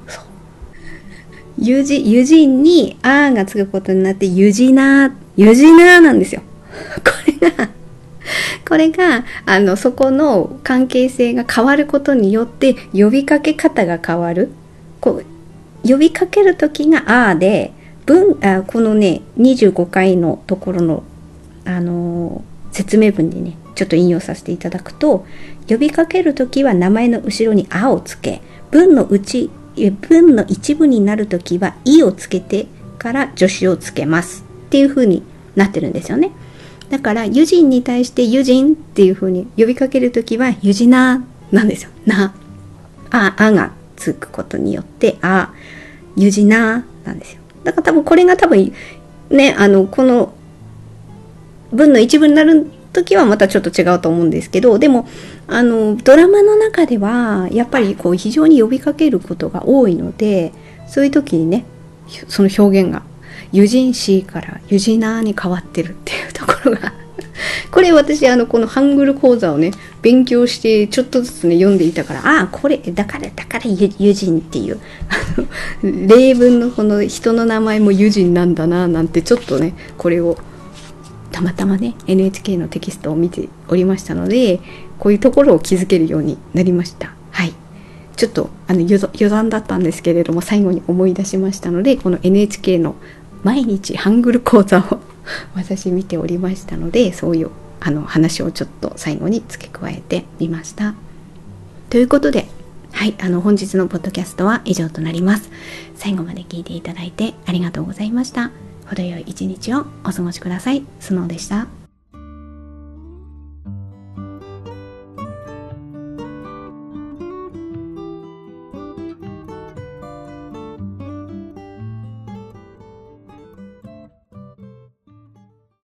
ゆじ、ゆじんにあーがつくことになって、ゆじなー、ゆじなーなんですよ。これが、これが、あの、そこの関係性が変わることによって、呼びかけ方が変わる。こう、呼びかけるときがあーで、文、あ、このね、にじゅうごかいのところの、あのー、説明文でね、ちょっと引用させていただくと、呼びかけるときは名前の後ろにあをつけ、文のうち、文の一部になるときはいをつけてから助詞をつけますっていう風になってるんですよね。だからユジンに対してユジンっていう風に呼びかけるときはユジナーなんですよ。な、あ、あがつくことによってあ、ユジナーなんですよ。だから多分これが多分ね、あのこの文の一部になる時はまたちょっと違うと思うんですけど、でもあのドラマの中ではやっぱりこう非常に呼びかけることが多いので、そういう時にね、その表現がユジンシーからユジナーに変わってるっていうところがこれ私あのこのハングル講座をね勉強してちょっとずつね読んでいたから、ああこれだからだからユユジンっていう例文のこの人の名前もユジンなんだななんてちょっとね、これをたまたまね エヌエイチケー のテキストを見ておりましたので、こういうところを気づけるようになりました。はい、ちょっとあの余談だったんですけれども最後に思い出しましたので、この エヌエイチケー の毎日ハングル講座を私見ておりましたので、そういうあの話をちょっと最後に付け加えてみました。ということで、はい、あの本日のポッドキャストは以上となります。最後まで聞いていただいてありがとうございました。程よい一日をお過ごしください。スノーでした。